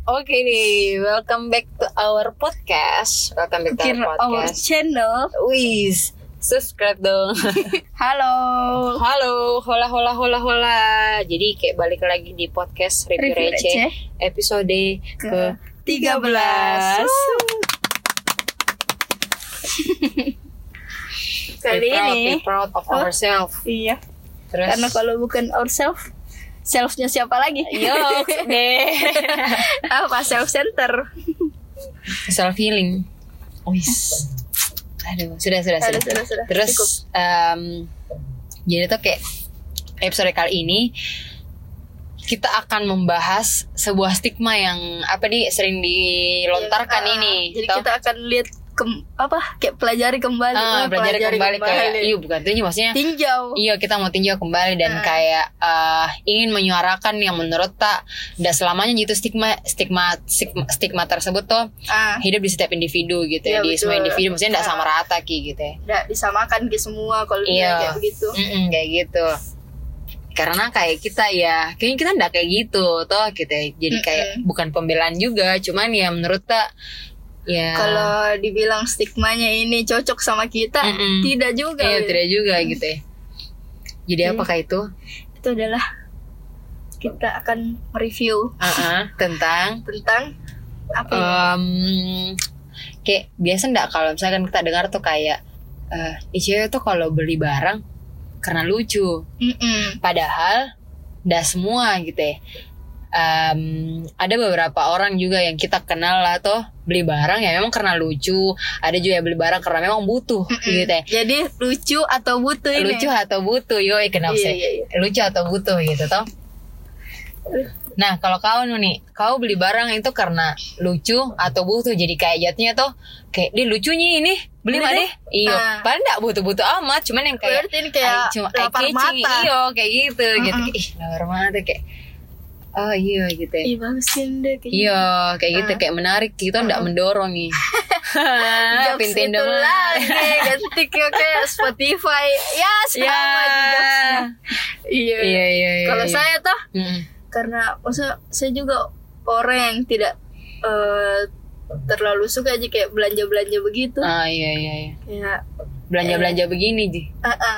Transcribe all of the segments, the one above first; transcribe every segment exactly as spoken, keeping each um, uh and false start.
Oke nih, welcome back to our podcast. Welcome back to Kira our our podcast. channel. Wis, subscribe dong. Halo. Halo, hola hola hola hola. Jadi kayak balik lagi di podcast Review Review Receh Receh episode ke tiga belas. Kali Be proud, ini be proud of Oh. ourselves. Iya. Terus Karena kalau bukan ourselves, self-nya siapa lagi? yo deh. Apa self center? Self healing. Wis. Aduh, sudah sudah Sudah, sudah. sudah, sudah. Terus Cukup. em, jadi tuh kayak episode kali ini kita akan membahas sebuah stigma yang apa nih sering dilontarkan Ah, ini. Jadi Toh? kita akan lihat kem- apa? Kayak pelajari kembali. Ah, Oh, belajar kembali, kayak iya bukan tinjau maksudnya. tinjau. Iya, kita mau tinjau kembali dan Ah. kayak eh, ingin menyuarakan yang menurut tak tidak selamanya gitu stigma stigma stigma, stigma tersebut tuh Ah, hidup di setiap individu gitu ya, Iya, di semua betul. individu maksudnya tidak Ah. sama rata ki gitu ya. nggak disamakan ke semua kalau Iya. kayak begitu. Mm-mm, kayak gitu. Karena kayak kita ya, kayaknya kita nggak kayak gitu toh gitu ya. Jadi kayak Mm-mm. bukan pembelaan juga, cuman ya menurut tak ya Kalau dibilang stigmanya ini cocok sama kita, Mm-mm. tidak juga. iya, Wil. tidak juga gitu ya. Jadi Iya. apakah itu Itu adalah kita akan mereview uh-uh, tentang tentang apa ya? em, kayak biasa nggak kalau misalkan kita dengar tuh kayak eh "Ih, cewek tuh kalau beli barang karena lucu." Mm-mm. Padahal nggak semua gitu ya. Em, ada beberapa orang juga yang kita kenal lah tuh beli barang ya memang karena lucu. Ada juga yang beli barang karena memang butuh Mm-mm. gitu ya. Jadi lucu atau butuh ini? Lucu atau butuh, yoi kenapa Iya, sih? iya, iya. Lucu atau butuh gitu toh. Nah kalau kau nih, kau beli barang itu karena lucu atau butuh, jadi kayak jatuhnya tuh kayak dia lucunya ini beli mah Beli deh, deh. iyo. Ah. Padahal nggak butuh-butuh amat, cuman yang kayak Berarti ini kayak ay, cuma ay, lapar catching, mata. iyo kayak gitu, gitu Mm-mm. kayak, ih lapar mata kayak, oh iya gitu ya. Ih bagusin deh kayaknya. Iya kayak gitu Ah. kayak menarik gitu, nggak Ah. mendorong nih. Jokes Pintin itu dong. lagi ganti ke kayak Spotify. Ya sama Ya. aja jokesnya. Iya. Iya iya iya. Kalau iya. saya tuh Mm-mm. karena maksudnya saya juga orang yang tidak eh, terlalu suka aja kayak belanja-belanja begitu. Ah iya iya iya. Kayak Belanja-belanja begini ji. uh, uh.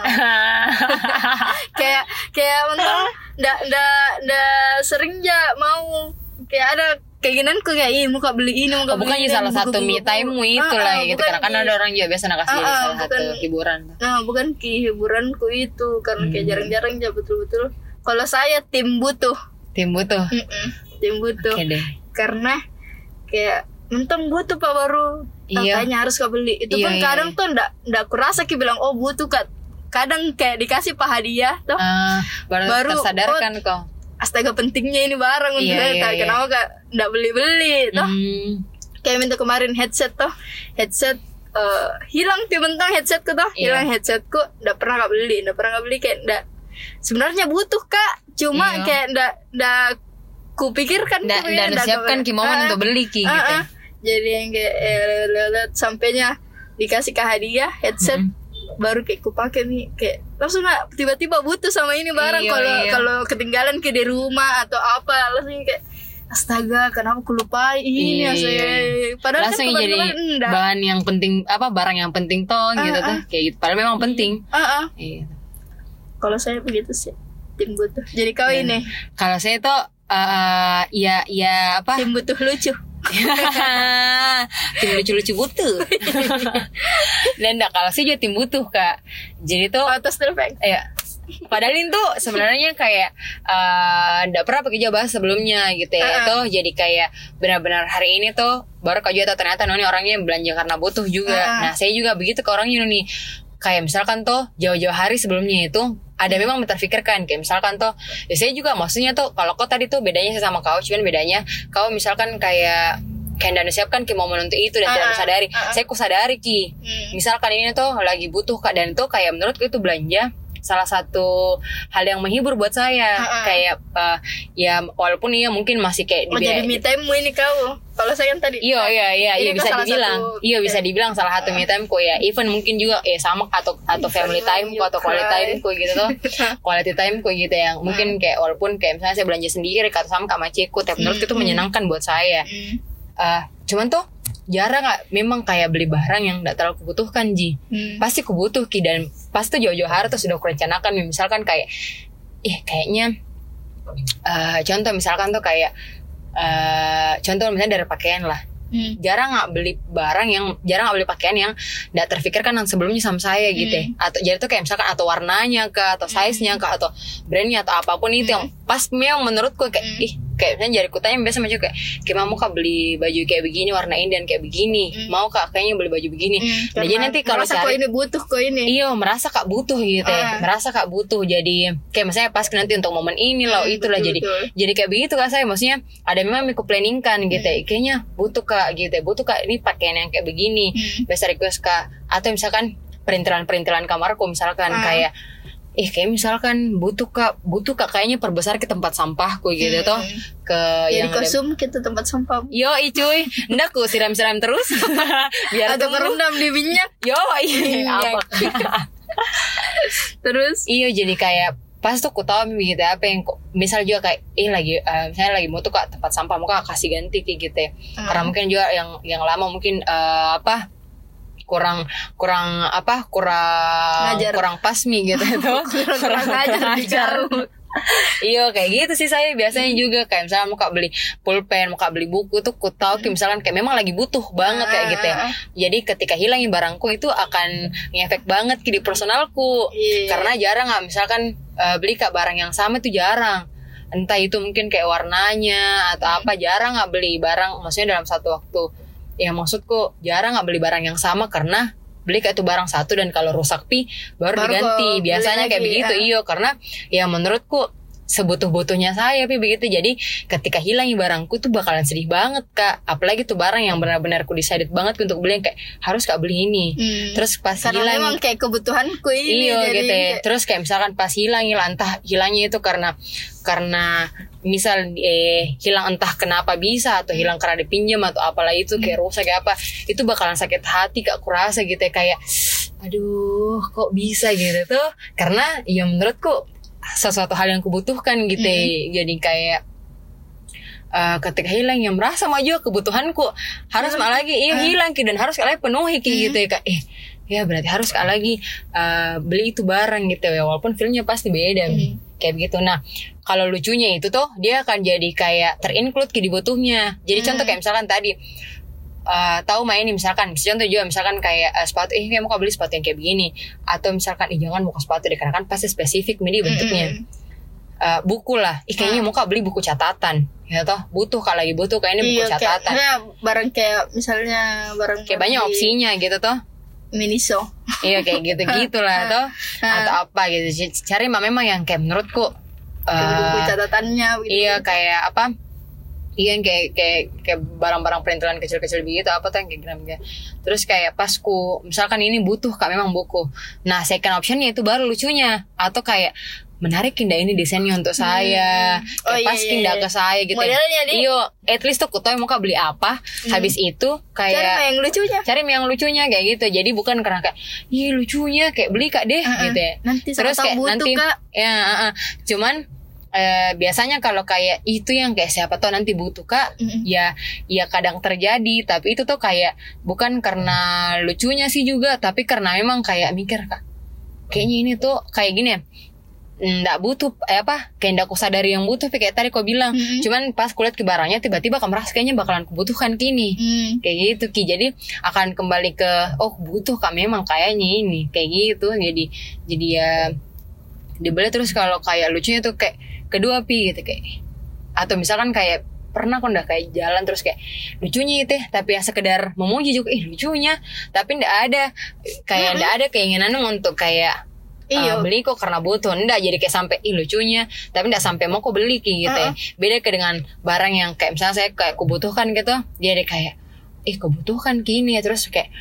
kayak kayak mentok ndak ndak ndak sering ja mau kayak ada keinginanku kayak ih muka beli ini muka Oh, bukan beli ya ini, salah satu buku-buku. me time-mu itu Ah, lah ah, gitu. bukan Karena kan ki- ada orang juga biasa nak kasih Ah, ah, salah satu bukan- hiburan. Nah bukan ki hiburanku itu karena kayak Hmm. jarang-jarang ja betul-betul. Kalau saya tim butuh, Tim butuh. Mm-mm, tim butuh Oke deh. karena kayak mentang butuh pak baru ah, Iya. kayaknya harus kau beli itu Iya, pun iya, kadang iya. tuh ndak ndak kurasa ki bilang oh butuh kak kadang kayak dikasih pak hadiah tuh Ah, baru, Baru, tersadarkan kok. astaga pentingnya ini barang untuk Iya, saya iya, tak iya. kenapa kak ndak beli-beli toh Hmm. kayak minta kemarin headset toh headset eh, hilang tuh mentang headsetku toh Iya. hilang headsetku ndak pernah kak beli ndak pernah kak beli kayak ndak sebenarnya butuh kak cuma Iya. kayak ndak ndak kupikirkan Dan tuh ya, dan ndak siapkan kak- ki momen Ah, untuk beli ki ah, gitu. ah. Jadi yang kayak eh, lihat sampainya dikasih ke hadiah headset Mm-mm. baru kayak kupake nih kayak langsung nggak tiba-tiba butuh sama ini barang Iya, kalau iya. kalau ketinggalan ke di rumah atau apa langsung kayak astaga kenapa aku lupa ini Iya. ya saya padahal Langsung kan jadi kemarin-kemarin enggak. bahan yang penting apa barang yang penting toh gitu Ah, tuh. Kayak gitu. Padahal memang penting. Ah, ah. Iya. Kalau saya begitu sih tim butuh jadi kau Iya. ini Kalau saya tuh eh ya ya apa? tim butuh lucu Tim lucu-lucu butuh. Dan enggak kalau sih juga tim butuh kak. Jadi tuh atas telepon ya padahal itu sebenarnya kayak enggak pernah pakai jawab sebelumnya gitu ya. Uh-uh. Tuh jadi kayak benar-benar hari ini tuh baru kau juga tahu ternyata Noni orangnya belanja karena butuh juga. Uh-uh. Nah saya juga begitu ke orangnya nih. Kayak misalkan tuh jauh-jauh hari sebelumnya itu ada memang terpikirkan kayak misalkan tuh ya saya juga maksudnya tuh kalau kau tadi tuh bedanya saya sama kau cuman bedanya kau misalkan kayak kayak dan siapkan ki momen untuk itu dan Uh-uh. tidak sadari Uh-uh. saya ku sadari ki Hmm. misalkan ini tuh lagi butuh kak dan tuh kayak menurutku itu belanja salah satu hal yang menghibur buat saya. Uh-uh. Kayak uh, ya walaupun iya mungkin masih kayak Oh jadi me time mu ini kau. Kalau saya kan tadi. Iya iya iya iya Ini bisa kan salah dibilang. satu- Iya bisa eh. dibilang salah satu me time ku ya. Even mungkin juga ya sama atau atau family time ku atau quality time ku gitu tuh. Quality time ku gitu yang mungkin kayak walaupun kayak misalnya saya belanja sendiri atau sama Kak Maciku, tapi menurut itu menyenangkan buat saya. Hmm. Uh, cuman tuh jarang nggak memang kayak beli barang yang nggak terlalu kubutuhkan Ji. Hmm. Pasti kubutuh Ki, dan pasti jauh-jauh hari tuh sudah kurencanakan. Misalkan kayak ih kayaknya uh, contoh misalkan tuh kayak uh, contoh misalnya dari pakaian lah. Hmm. Jarang nggak beli barang yang jarang nggak beli pakaian yang nggak terfikirkan yang sebelumnya sama saya gitu ya. Atau jadi tuh kayak misalkan atau warnanya kah atau size nya kah atau brandnya atau apapun itu yang pas memang menurutku kayak ih kayak misalnya jari kutanya biasa macam kayak kayak mau kak beli baju kayak begini warna ini dan kayak begini mau kak kayaknya beli baju begini. Hmm. Nah, jadi nanti kalau merasa kok cari ini butuh kok ini. iya merasa kak butuh gitu ya, Ah. merasa kak butuh jadi kayak misalnya pas nanti untuk momen ini loh Hmm, itulah betul, jadi betul. jadi kayak begitu kak saya maksudnya ada memang aku planningkan gitu ya kayaknya butuh kak gitu ya butuh kak ini pakaian yang kayak begini Hmm. biasa request kak atau misalkan perintilan-perintilan kamarku misalkan Ah. kayak ih kayak misalkan butuh kak butuh kak kayaknya perbesar ke tempat sampahku gitu Hmm. toh ke Jadi yang ada kosum kita tempat sampah. yo cuy ndak ku siram-siram terus biar Atau tumbuh. kerendam di minyak. yo iya apa Terus iya jadi kayak pas tuh ku tahu begitu apa yang kok misal juga kayak ih lagi uh, misalnya lagi mau tuh kak tempat sampah mau kak kasih ganti kayak gitu ya. Hmm. Karena mungkin juga yang yang lama mungkin uh, apa kurang kurang apa kurang Ngajar. kurang pasmi gitu tuh kurang ajar di kau. Iya kayak gitu sih saya biasanya juga kayak misalnya mau kak beli pulpen mau kak beli buku tuh ku tahu kayak misalkan kayak memang lagi butuh banget kayak gitu ya. Jadi ketika hilangin barangku itu akan ngefek banget ke di personalku. Iya. Karena jarang nggak misalkan uh, beli kak barang yang sama itu jarang. Entah itu mungkin kayak warnanya atau apa jarang nggak beli barang maksudnya dalam satu waktu. Ya maksudku jarang nggak beli barang yang sama karena beli kayak itu barang satu dan kalau rusak pi baru, Baru diganti beli biasanya kayak lagi, begitu ya. iyo karena ya menurutku sebutuh-butuhnya saya pi begitu jadi ketika hilangin barangku tuh bakalan sedih banget kak apalagi tuh barang yang benar-benar ku decided banget untuk beli yang kayak harus kak beli ini Hmm. terus pas Karena hilang memang kayak kebutuhanku ini. iya jadi gitu ya. kayak- Terus kayak misalkan pas hilang hilang entah hilangnya itu karena karena misal eh hilang entah kenapa bisa atau hilang karena dipinjam atau apalah itu kayak rusak kayak apa itu bakalan sakit hati kak kurasa gitu ya kayak aduh kok bisa gitu tuh karena ya menurutku sesuatu hal yang kubutuhkan gitu ya. Jadi kayak uh, ketika hilang yang merasa maju kebutuhanku harus malah lagi iya hilang Ki, dan harus kali penuhi Ki, gitu ya kak eh ya berarti harus kali lagi uh, beli itu barang gitu ya walaupun feelnya pasti beda kayak begitu. Nah kalau lucunya itu tuh dia akan jadi kayak terinclude Ki di butuhnya. Jadi contoh kayak misalkan tadi Uh, tahu main ini misalkan contoh juga misalkan kayak uh, sepatu eh mau kau beli sepatu yang kayak begini atau misalkan ih jangan buka sepatu deh karena kan pasti spesifik media bentuknya. Uh, buku lah ih kayaknya mau kak beli buku catatan ya toh butuh kak lagi butuh kayak ini buku Iya, kayak, catatan kayak barang kayak misalnya barang kayak banyak di opsinya gitu toh. Miniso. Iya kayak gitu-gitu lah toh atau apa gitu cari mah memang yang kayak menurutku Kayak buku uh, catatannya gitu. iya kayak apa iya kayak kayak kayak barang-barang perintilan kecil-kecil begitu apa tuh yang kayak gitu. Terus kayak pas ku misalkan ini butuh kak memang buku. Nah second optionnya itu baru lucunya atau kayak menarik indah ini desainnya untuk saya. Oh, Kayak iya, pas iya, indah iya. ke saya gitu. Modelnya dia. Iyo, at least tuh ku tahu mau kak beli apa. Habis itu Cari mah kayak yang lucunya. cari yang lucunya kayak gitu. Jadi bukan karena kayak ih lucunya kayak beli kak deh Uh-uh. gitu ya. Nanti Terus sama-sama kayak butuh, nanti Kak. ya uh-uh. cuman Eh, biasanya kalau kayak itu yang kayak siapa tahu nanti butuh kak Mm-mm. ya ya kadang terjadi tapi itu tuh kayak bukan karena lucunya sih juga tapi karena memang kayak mikir kak kayaknya ini tuh kayak gini ya nggak butuh eh apa kayak nggak aku sadari yang butuh kayak tadi kau bilang Mm-mm. cuman pas kulihat ke barangnya tiba-tiba kamu merasa kayaknya bakalan kubutuhkan kini Hmm. kayak gitu Ki jadi akan kembali ke oh butuh kak memang kayaknya ini kayak gitu jadi jadi ya dibeli terus kalau kayak lucunya tuh kayak kedua pi gitu kayak atau misalkan kayak pernah kok udah kayak jalan terus kayak lucunya itu tapi yang sekedar memuji juga ih lucunya tapi ndak ada kayak ndak ada keinginan untuk kayak Iya. uh, beli kok karena butuh ndak jadi kayak sampai ih lucunya tapi ndak sampai mau kok beli kayak gitu ya. Beda ke dengan barang yang kayak misalnya saya kayak kebutuhkan gitu dia ada kayak ih kebutuhkan gini ya terus kayak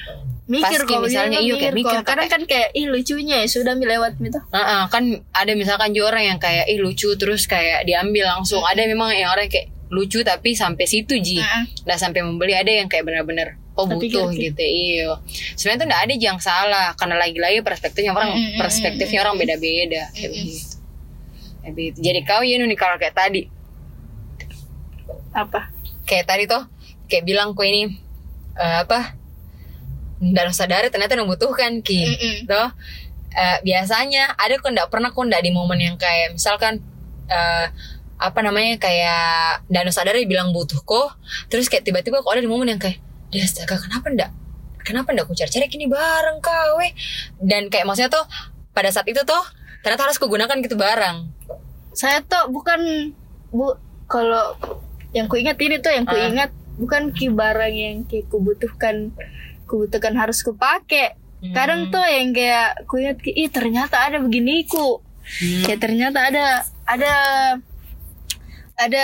mikir kayak misalnya iyo kayak mikir kok. Kadang kan kayak ih lucunya ya sudah lewat gitu. Uh-uh, kan ada misalkan juga orang yang kayak ih lucu terus kayak diambil langsung. Mm-hmm. Ada memang yang orang kayak lucu tapi sampai situ ji. Mm-hmm. Nggak sampai membeli. Ada yang kayak benar-benar oh butuh gitu. Iyo. Sebenarnya tuh nggak ada yang salah karena lagi-lagi perspektifnya orang mm-hmm. perspektifnya orang beda-beda kayak mm-hmm. begitu. Kayak begitu. Jadi kau ya nih kalau kayak tadi apa? Kayak tadi tuh kayak bilang kau ini uh, apa? Nggak sadari ternyata membutuhkan ki, mm-mm. Tuh uh, biasanya ada kok nggak pernah kok nggak di momen yang kayak misalkan uh, apa namanya kayak nggak sadari bilang butuh kok, terus kayak tiba-tiba kok ada di momen yang kayak dia astaga kenapa nggak kenapa nggak aku cari-cari gini bareng kawe dan kayak maksudnya tuh pada saat itu tuh ternyata harus kugunakan gitu barang. Saya tuh bukan bu kalau yang kuingat ini tuh yang kuingat uh. bukan ki barang yang ki kubutuhkan kubutuhkan harus kupake. Hmm. Kadang tuh yang kayak ku ingat, ih ternyata ada beginiku. Hmm. Kayak ternyata ada ada ada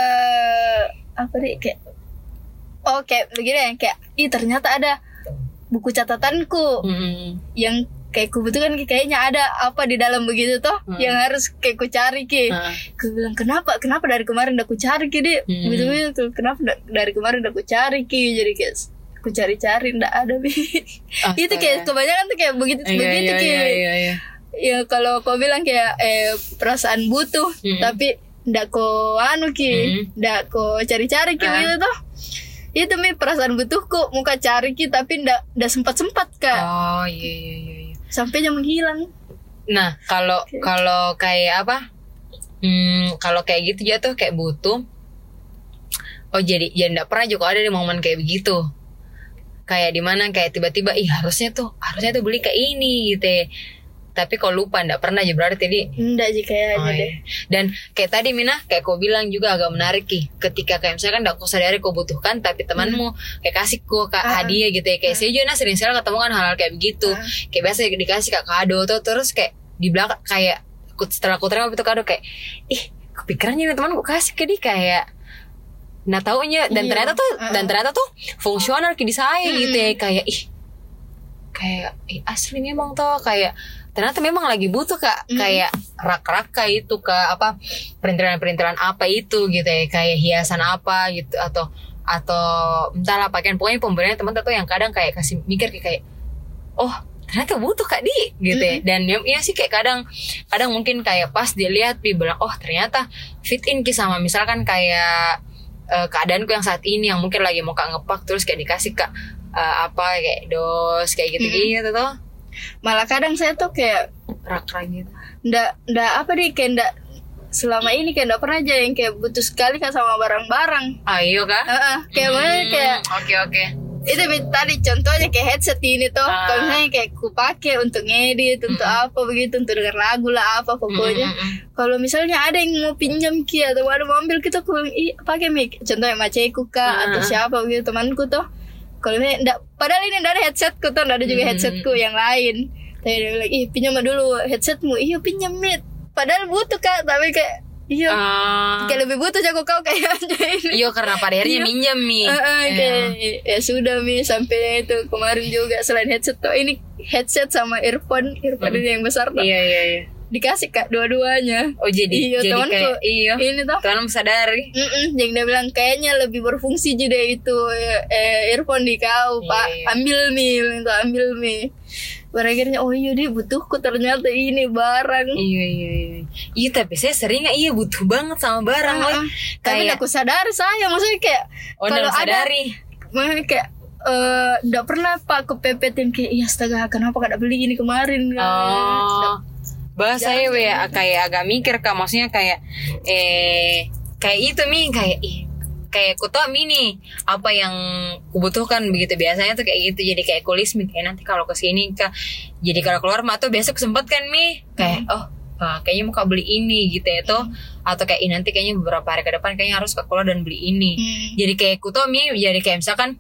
apa nih kayak oh kayak begini ya kayak ih ternyata ada buku catatanku hmm. yang kayak kubutuhkan kayaknya ada apa di dalam begitu tuh hmm. yang harus kayak ku cari ki. Hmm. Ku bilang kenapa kenapa dari kemarin udah ku cari ki di hmm. begitu kenapa dari kemarin udah ku cari ki jadi kayak aku cari-cari ndak ada bi. Oh, itu kayak kebanyakan tuh kayak begitu iya, begitu iya, kayak iya, iya, iya. Ya kalau kau bilang kayak eh perasaan butuh mm-hmm. tapi ndak kau anu ki mm-hmm. ndak kau cari-cari ki uh. gitu tuh itu mi perasaan butuhku muka cari ki tapi ndak ndak sempat-sempat kak. Oh iya iya iya, iya. Sampainya menghilang. Nah kalau okay. kalau kayak apa hmm, kalau kayak gitu ya tuh kayak butuh oh jadi ya ndak pernah juga ada di momen kayak begitu. Kayak di mana kayak tiba-tiba ih harusnya tuh harusnya tuh beli kayak ini gitu ya. Tapi kau lupa ndak pernah aja berarti tadi ndak sih kayaknya oh, deh. Dan kayak tadi Mina kayak kau bilang juga agak menarik ki ketika kayak misalkan ndak kau sadari kau butuhkan tapi temanmu hmm. kayak kasih kau kak uh, hadiah gitu ya kayak uh, saya juga sering sekali ketemu kan hal-hal kayak begitu uh, kayak biasa dikasih kak kado tuh terus kayak di belakang kayak setelah aku terima itu kado kayak ih kepikirannya nih teman gue kasih ke dia kayak nah taunya dan iya. ternyata tuh uh. dan ternyata tuh fungsional di saya hmm. gitu ya kayak ih kayak ih asli memang tuh kayak ternyata memang lagi butuh kak hmm. kayak rak-rak kayak itu kak apa perintilan-perintilan apa itu gitu ya kayak hiasan apa gitu atau atau entahlah pakaian pokoknya pemberian teman tuh yang kadang kayak kasih mikir kayak oh ternyata butuh kak di gitu ya. Dan ya, ya sih kayak kadang kadang mungkin kayak pas dia lihat dia bilang oh ternyata fit in ki sama misalkan kayak Uh, keadaanku yang saat ini yang mungkin lagi mau kak ngepak terus kayak dikasih kak uh, apa kayak dos kayak gitu-gitu mm-hmm. tuh malah kadang saya tuh kayak rak-rak gitu ndak ndak apa deh kayak ndak selama ini kayak ndak pernah aja yang kayak butuh sekali kan sama barang-barang ayo kak uh-uh. kayak hmm, mana kayak oke okay, oke okay. Itu tadi contohnya kayak headset ini tuh uh. kalau misalnya kayak ku pakai untuk ngedit untuk mm-hmm. apa begitu untuk dengar lagu lah apa pokoknya mm-hmm. kalau misalnya ada yang mau pinjam ki atau ada mau ambil kita aku ih pakai mic contohnya maceku kak uh. atau siapa begitu temanku tuh kalau ini enggak padahal ini enggak ada headsetku tuh enggak ada juga mm-hmm. headsetku yang lain tapi dia bilang ih pinjam dulu headsetmu iya pinjam mit padahal butuh kak tapi kayak iya, uh, kayak lebih butuh jago kau kayak aja ini. Iya karena pada akhirnya minjem mi. Uh, uh, kayak yeah. ya sudah mi sampai itu kemarin juga selain headset tuh ini headset sama earphone earphone hmm. ini yang besar tuh. Iya iya iya. Dikasih kak dua-duanya. Oh jadi iya, jadi temanku, kayak iya. Ini tuh. Teman sadari. Mm yang dia bilang kayaknya lebih berfungsi juga itu eh, earphone di kau iya, pak iya. ambil mi itu ambil mi. Akhirnya oh iya dia butuhku ternyata ini barang. Iya iya iya. Iya tapi saya sering iya butuh banget sama barang uh, uh, tapi aku sadar saya maksudnya kayak oh, kalau ada maksudnya kayak enggak uh, pernah pak kepepet yang kayak iya astaga kenapa gak beli ini kemarin kan. Oh. Bahasa saya ya kayak agak mikir kak maksudnya kayak eh kayak itu mi kayak ih kayak ku tau mini apa yang kubutuhkan begitu biasanya tuh kayak gitu jadi kayak kulis mi kayak nanti kalau kesini kak jadi kalau keluar mah tuh biasa kesempet kan mi kayak hmm. oh ah, kayaknya mau kak beli ini gitu ya tuh hmm. atau kayak nanti kayaknya beberapa hari ke depan kayaknya harus kak keluar dan beli ini hmm. jadi kayak ku tau mi jadi kayak misalkan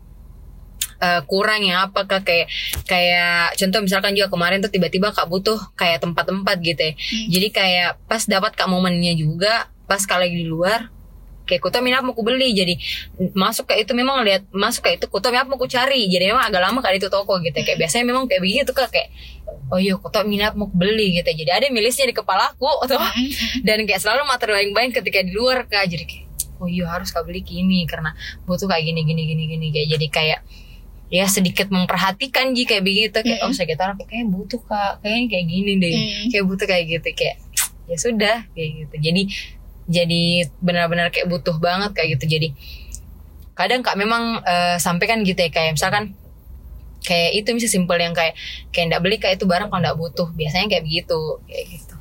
uh, kurang ya apa kak kayak kayak contoh misalkan juga kemarin tuh tiba-tiba kak butuh kayak tempat-tempat gitu ya hmm. jadi kayak pas dapat kak momennya juga pas kak lagi di luar kayak kuto minat mau ku beli, jadi masuk ke itu memang lihat masuk ke itu kuto minat mau ku cari, jadi memang agak lama kali itu toko gitu. Kayak biasanya memang kayak begitu kak, kayak oh iya kuto minat mau ku beli gitu. Jadi ada milisnya di kepalaku atau dan kayak selalu mata bayang-bayang ketika di luar kak, jadi kayak oh iya harus kak beli gini karena butuh kayak gini gini gini gini kayak jadi kayak ya sedikit memperhatikan ji kayak begitu kayak mm-hmm. oh sekitar aku kayak butuh kak kayaknya kayak gini deh mm-hmm. kayak butuh kayak gitu kayak ya sudah kayak gitu. Jadi jadi benar-benar kayak butuh banget kayak gitu. Jadi kadang kak memang uh, sampai kan gitu ya kayak misalkan kayak itu bisa simpel yang kayak kayak nggak beli kayak itu barang kalau nggak butuh, biasanya kayak begitu kayak gitu.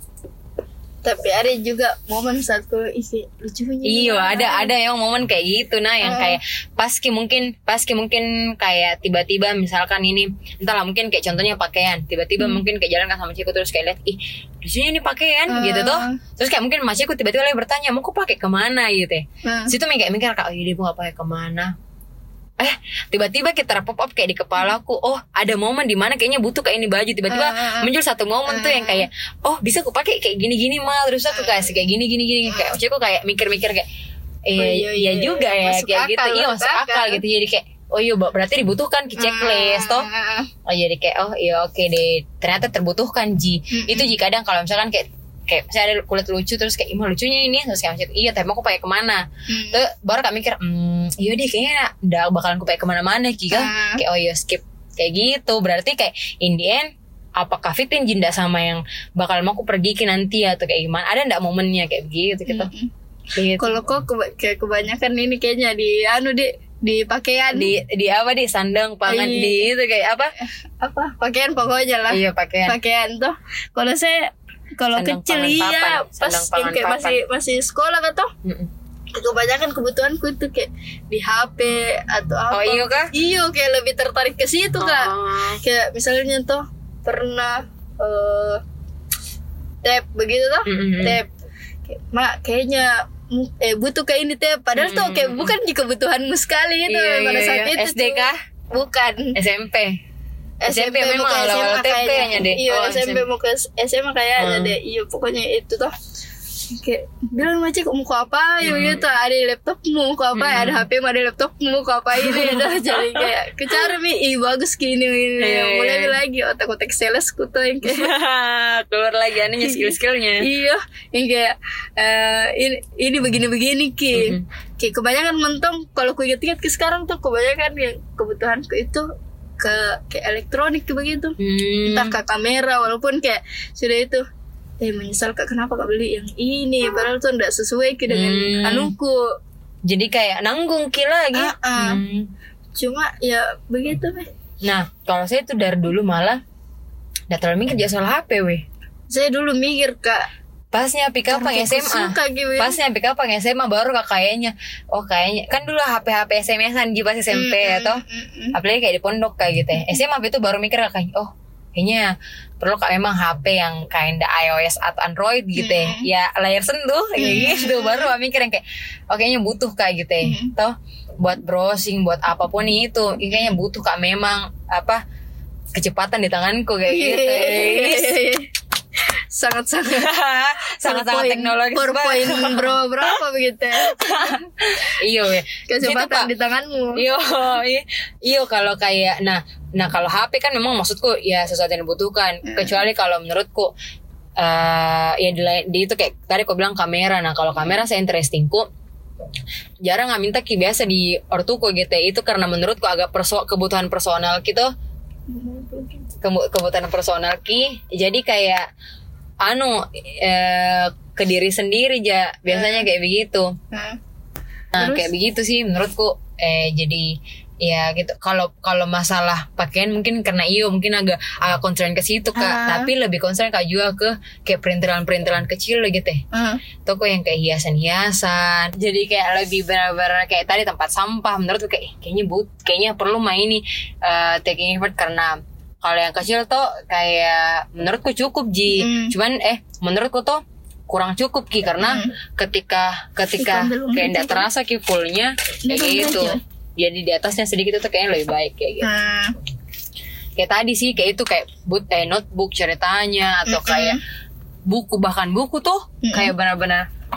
Tapi ada juga momen satu isi lucunya. Iya, ada ada yang momen kayak gitu nah yang uh. kayak paski mungkin paski mungkin kayak tiba-tiba misalkan ini entahlah mungkin kayak contohnya pakaian, tiba-tiba hmm. mungkin kayak jalan kan sama cikgu terus kayak lihat ih lucunya ini pakaian uh. gitu tuh. Terus kayak mungkin mas cikgu tiba-tiba lagi bertanya mau kok pakai kemana gitu ya. Uh. Situ kayak mikir kak oh, dia mau pakai kemana. Eh tiba-tiba kita pop up kayak di kepalaku, oh ada momen di mana kayaknya butuh kayak ini baju, tiba-tiba uh, muncul satu momen uh, tuh yang kayak oh bisa aku pakai kayak gini-gini mal, terus aku kasih kayak gini-gini gini kayak aku kayak mikir-mikir kayak eh oh, iya, iya, juga ya kayak akal, gitu iya masuk akal, akal gitu. Jadi kayak oh iya berarti dibutuhkan ke checklist toh. Oh jadi kayak oh iya oke okay deh ternyata terbutuhkan ji. Uh, itu jika kadang kalau misalkan kayak kayak saya ada kulit lucu terus kayak imah lucunya ini terus kayak iya tapi aku pakai kemana hmm. tuh baru kak mikir hmm, iya deh kayaknya udah bakalan aku pakai kemana-mana Kika hmm. kayak oh iya skip kayak gitu. Berarti kayak in the end apakah fitin jinda sama yang bakal mau aku pergi ke nanti atau kayak gimana, ada ndak momennya kayak begitu gitu. Hmm. Gitu. Kalau kok keba- kayak kebanyakan ini kayaknya di anu di di pakaian di di apa di sandang pangan Ayy. Di itu kayak apa apa pakaian pokoknya lah iya pakaian pakaian tuh kalau saya kalau kecil iya pas kayak papan. masih masih sekolah kan toh kebanyakan kebutuhanku itu kayak di H P atau apa. Oh iya kah? Iya kayak lebih tertarik ke situ oh. kak. Kayak misalnya tuh pernah uh, tab begitu tuh mm-hmm. tab kayak, mak kayaknya eh butuh kayak ini tab padahal mm-hmm. tuh kayak bukan di kebutuhanmu sekali itu iya, pada iya, saat iya. itu S D kah? Bukan S M P S M P, S M P memang awal-awal T P kayaknya deh. Iya, oh, S M P mau ke S M A kayaknya hmm. deh. Iya, pokoknya itu tuh. Kayak bilang macam mau kau apa? Hmm. Ya gitu, ada laptopmu, kau apa? Hmm. Ada H P, ada laptopmu, kau apa ini? Dah jadi kayak kecar mi, ih bagus gini ini. Hey. Mulai lagi otak-otak sales ku tuh yang kayak keluar lagi anunya skill-skillnya. Iya, yang kayak uh, ini ini begini-begini ki. Hmm. Kayak kebanyakan mentong kalau ku ingat-ingat ke sekarang tuh kebanyakan yang kebutuhanku itu ke kayak elektronik tuh begitu hmm. entah ke kamera walaupun kayak sudah itu eh menyesal kak kenapa kak beli yang ini padahal tuh enggak sesuai ke dengan hmm. anuku jadi kayak nanggung ki lagi uh-uh. hmm. cuma ya begitu meh. Nah kalau saya tuh dari dulu malah enggak terlalu mikir soal H P weh. Saya dulu mikir kak pasnya pick up S M A pasnya pick up S M A baru kak kayaknya oh kayaknya kan dulu H P H P S M S-an di pas S M P mm, atau mm, mm. apalagi kayak di pondok kayak gitu ya. S M A itu baru mikir kak oh kayaknya perlu kak memang H P yang kayak iOS atau Android gitu ya, mm. ya layar sentuh kayak mm. gitu baru mikir yang kayak oh kayaknya butuh kayak gitu ya mm. toh buat browsing buat apapun itu kayaknya butuh kak memang apa kecepatan di tanganku kayak gitu sangat-sangat sangat-sangat teknologis banget. Bro berapa begitu? Iyo ya. Kecepatan di tanganmu. Iyo, iyo kalau kayak nah, nah kalau H P kan memang maksudku ya sesuatu yang dibutuhkan. Hmm. Kecuali kalau menurutku uh, ya di, di itu kayak tadi aku bilang kamera. Nah kalau kamera saya interestingku jarang nggak minta ki biasa di ortuku gitu. Itu karena menurutku agak perso- kebutuhan personal gitu. Kebutuhan personal ki. Jadi kayak anu eh, ke diri sendiri ja biasanya kayak begitu. Nah terus? Kayak begitu sih menurutku eh jadi ya gitu. Kalau kalau masalah pakaian mungkin karena iyo mungkin agak agak concern ke situ kak. Uh. Tapi lebih concern kak juga ke kayak perintilan-perintilan kecil gitu. Uh. Toko yang kayak hiasan-hiasan. Jadi kayak lebih benar-benar kayak tadi tempat sampah menurutku kayak kayaknya but kayaknya perlu main ini uh, taking effort karena kalau yang kecil tuh kayak menurutku cukup ji, mm. cuman eh menurutku tuh kurang cukup ki karena mm. ketika ketika kayak enggak terasa ki fullnya kayak gitu. Jadi di atasnya sedikit itu kayaknya lebih baik kayak gitu. Mm. Kayak tadi sih kayak itu kayak but eh notebook ceritanya atau mm-hmm. kayak buku bahkan buku tuh mm-hmm. kayak benar-benar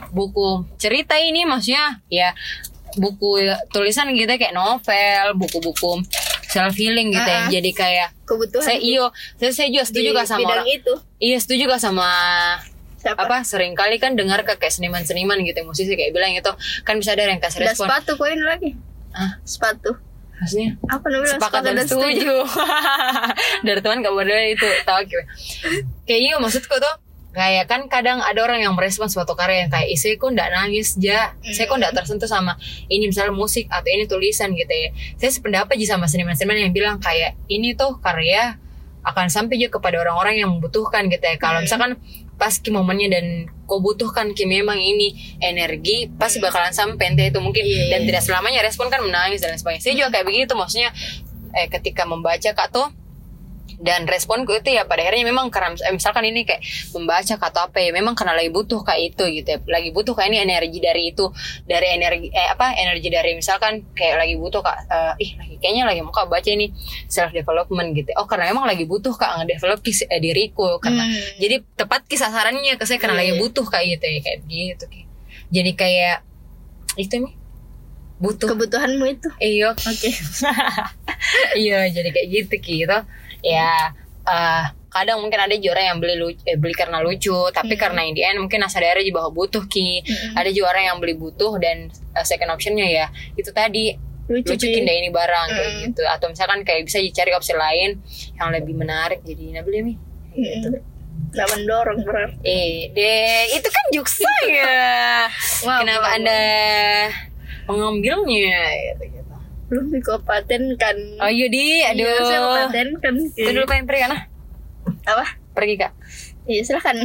buku cerita ini maksudnya ya buku tulisan gitu kayak novel, buku-buku self healing gitu ya. Uh-uh. Jadi kayak kebutuhan saya iyo, saya, saya juga setuju gak sama orang itu. Iya setuju gak sama Siapa? apa sering kali kan dengar ke kayak seniman-seniman gitu musisi kayak bilang itu kan bisa ada yang kasih Ada respon. sepatu koin lagi. Hah? Sepatu. Maksudnya Apa namanya? sepakat dan setuju. Dari teman gak boleh itu tahu gitu. Kayak iya maksudku tuh kayak kan kadang ada orang yang merespon suatu karya yang kayak saya kok nggak nangis ja, saya kok nggak tersentuh sama ini misalnya musik atau ini tulisan gitu ya. Saya sependapat aja sama seniman-seniman yang bilang kayak ini tuh karya akan sampai juga kepada orang-orang yang membutuhkan gitu ya. Kalau misalkan pas ki momennya dan kau butuhkan ki memang ini energi pasti bakalan sampai entah itu mungkin yeah. Dan tidak selamanya respon kan menangis dan lain sebagainya. Saya juga kayak begitu maksudnya eh, ketika membaca kak tuh dan responku itu ya pada akhirnya memang karena eh, misalkan ini kayak membaca atau apa ya memang karena lagi butuh kayak itu gitu ya, lagi butuh kayak ini energi dari itu dari energi eh apa energi dari misalkan kayak lagi butuh kak uh, ih lagi kayaknya lagi mau kak baca ini self development gitu oh karena memang lagi butuh kak ngedevelop kis, eh, diriku karena hmm. jadi tepat kisah sarannya ke saya karena hmm. lagi butuh kayak gitu ya kayak gitu kayak. Jadi kayak itu nih butuh kebutuhanmu itu iya oke okay. Iya jadi kayak gitu gitu ya uh, kadang mungkin ada juga orang yang beli lucu, eh, beli karena lucu tapi mm-hmm. karena in the end mungkin sadar aja bahwa butuh ki mm-hmm. ada juga orang yang beli butuh dan uh, second optionnya ya itu tadi lucu, lucu kinda ini barang mm-hmm. kayak gitu atau misalkan kayak bisa dicari opsi lain yang lebih menarik jadi nah beli nih gitu mm-hmm. nggak mendorong berarti eh deh itu kan juk saya kenapa wow. Anda mengambilnya gitu gitu belum dikompatenkan. Oh iya di, aduh. Iya, saya kompatenkan. Itu dulu pengen pergi kan? Apa? Pergi kak? Iya silakan.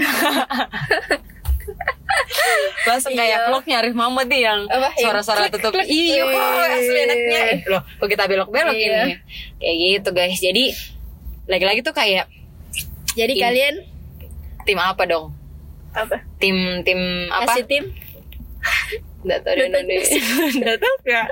Langsung kayak vlognya Arif Muhammad nih yang apa? Suara-suara tutup. Iya kok asli enaknya. Loh, kok kita belok-belok iya. Ini. Kayak gitu guys. Jadi lagi-lagi tuh kayak. Jadi in, kalian tim apa dong? Apa? Tim tim apa? Kasih tim. Nggak tahu deh, nggak tahu kak.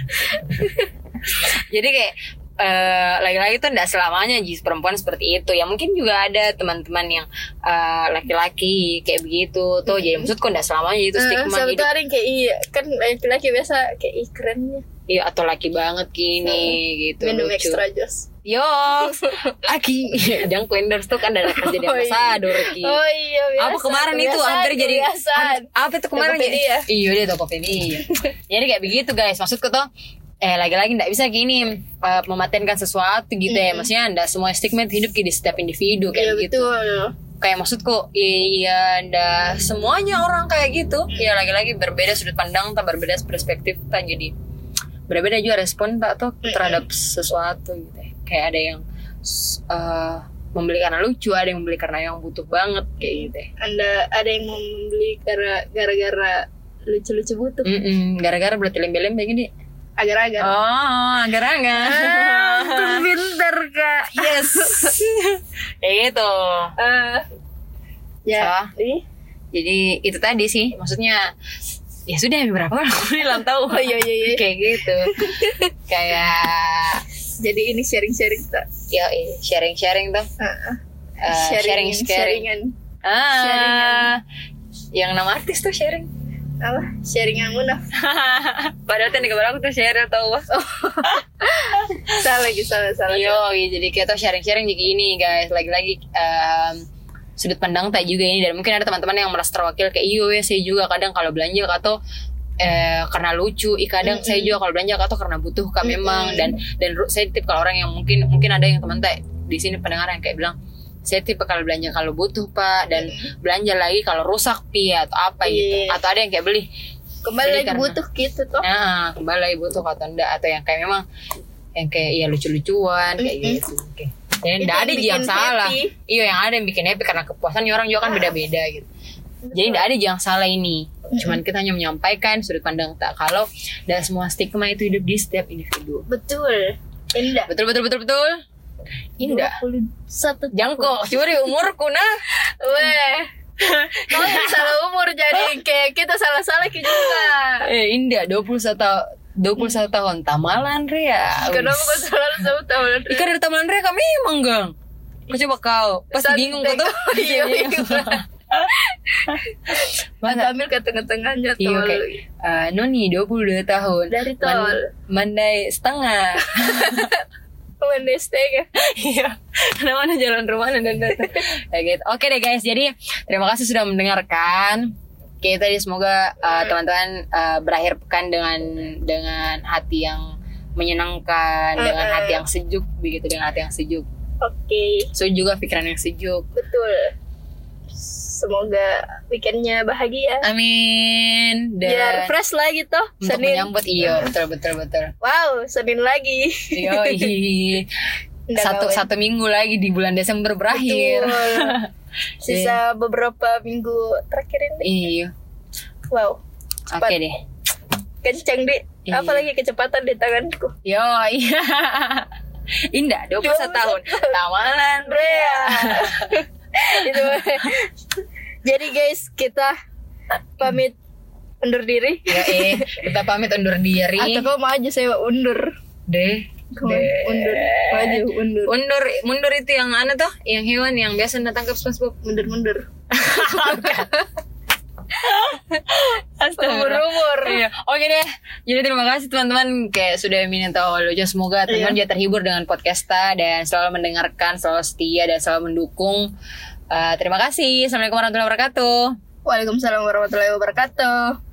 Jadi kayak uh, lagi-lagi tuh nggak selamanya jis perempuan seperti itu. Ya mungkin juga ada teman-teman yang uh, laki-laki kayak begitu tuh. Mm-hmm. Jadi maksudku nggak selamanya itu stigma uh, hidup. Ada yang kayak iya kan laki-laki biasa kayak ih kerennya. Iya atau laki banget gini uh, gitu. Minum lucu. Extra Joss. Yo, laki yang Quenders tuh kan dari kerja di ambasador ki. Oh iya biasa. Apa kemarin itu hampir jadi kebiasaan. Apa itu kemarin jadi? Iya dia Tokopedia. Jadi kayak begitu guys. Maksudku tuh eh lagi-lagi nggak bisa gini uh, mematenkan sesuatu gitu mm. ya. Maksudnya nggak semua stigma hidup di setiap individu kayak iya, gitu. Betul. Kayak maksudku iya ndak semuanya orang kayak gitu. Mm. Ya lagi-lagi berbeda sudut pandang, tak berbeda perspektif, tak jadi berbeda juga respon tak tuh terhadap sesuatu gitu ya. Kayak ada yang uh, membeli karena lucu, ada yang membeli karena yang butuh banget kayak gitu ya. Anda ada yang membeli karena gara-gara lucu-lucu butuh. Mm-mm, gara-gara berarti lembe-lembe gini. Agar-agar. Oh, agar-agar. Ah, pintar kak. Yes. Kayak gitu. Uh, ya. So, jadi itu tadi sih, maksudnya. Ya sudah berapa aku bilang tahu. Oh iya iya iya. Kayak gitu. Kayak jadi ini sharing-sharing tak? Ya, iya, sharing-sharing tuh. Uh-uh. Uh, sharing sharing. Ah. Sharingan. Yang nama artis tuh sharing. Apa? Sharingan Munaf. Padahal tadi kabar aku tuh share tau wah. Oh. salah lagi salah salah. Yo, iya, jadi kita sharing-sharing jadi ini guys. Lagi-lagi um, sudut pandang tak juga ini dan mungkin ada teman-teman yang merasa terwakil kayak iyo ya saya juga kadang kalau belanja atau eh, karena lucu, i kadang mm-hmm. saya juga kalau belanja atau karena butuh kak mm-hmm. memang dan dan saya tipe kalau orang yang mungkin mungkin ada yang teman tak di sini pendengar yang kayak bilang saya tipe kalau belanja kalau butuh pak dan mm-hmm. belanja lagi kalau rusak pi atau apa yeah. gitu atau ada yang kayak beli kembali lagi karena, butuh gitu toh nah kembali lagi butuh atau enggak atau yang kayak memang yang kayak ya lucu-lucuan kayak mm-hmm. gitu okay. Dan tidak ada yang salah. Iya yang ada yang bikin happy karena kepuasan orang juga kan beda-beda gitu. Jadi tidak ada yang salah ini. Cuman kita hanya menyampaikan sudut pandang tak kalau dan semua stigma itu hidup di setiap individu. Betul. Indah. Betul betul betul betul. Indah. Jangkok curi umurku nah. Weh. Kau yang salah umur jadi kayak kita salah-salah juga. Eh Indah dua puluh satu dua puluh satu tahun Tamalan Ria. Kenapa kau selalu sebut Tamalan Ria? Ikan dari Tamalan Ria kami emang gang. Kau coba kau pasti bingung kau tuh. Iya bingung. Atau ambil ke tengah-tengahnya Iya tol. kayak uh, Noni dua puluh dua tahun Dari tol. Man- Mandai setengah. Mandai setengah. Iya. Mana jalan rumah dan datang. Kayak gitu. Oke deh guys. Jadi terima kasih sudah mendengarkan. Oke tadi semoga uh, teman-teman uh, berakhir pekan dengan dengan hati yang menyenangkan, dengan hati yang sejuk begitu, dengan hati yang sejuk. Oke. So juga pikiran yang sejuk. Betul. Semoga weekendnya bahagia. Amin. Dan Biar fresh lagi toh. untuk Senin. menyambut iya betul betul betul. Wow, Senin lagi. Yoi. Nggak satu kawan. satu minggu lagi di bulan Desember berakhir. Betul. Sisa beberapa minggu terakhir ini. Iya. Wow. Oke deh. Kenceng deh. Iya. Apalagi kecepatan di tanganku. Yo iya. Indah dua puluh satu tahun. Tamalan Brea. Itu. Jadi guys, kita pamit undur diri. Ya eh, kita pamit undur diri. Atau kau mau aja saya undur. Deh. Kau undur. Maju undur. Mundur, mundur itu yang mana tuh? Yang hewan yang biasa datang ke SpongeBob. Mundur-mundur. Astagfirullah. Umur-umur. Iya. Oke deh. Jadi terima kasih teman-teman kayak sudah minta lucu. Semoga teman-teman Iya. juga terhibur dengan podcasta dan selalu mendengarkan, selalu setia dan selalu mendukung. Uh, terima kasih. Assalamualaikum warahmatullahi wabarakatuh. Waalaikumsalam warahmatullahi wabarakatuh.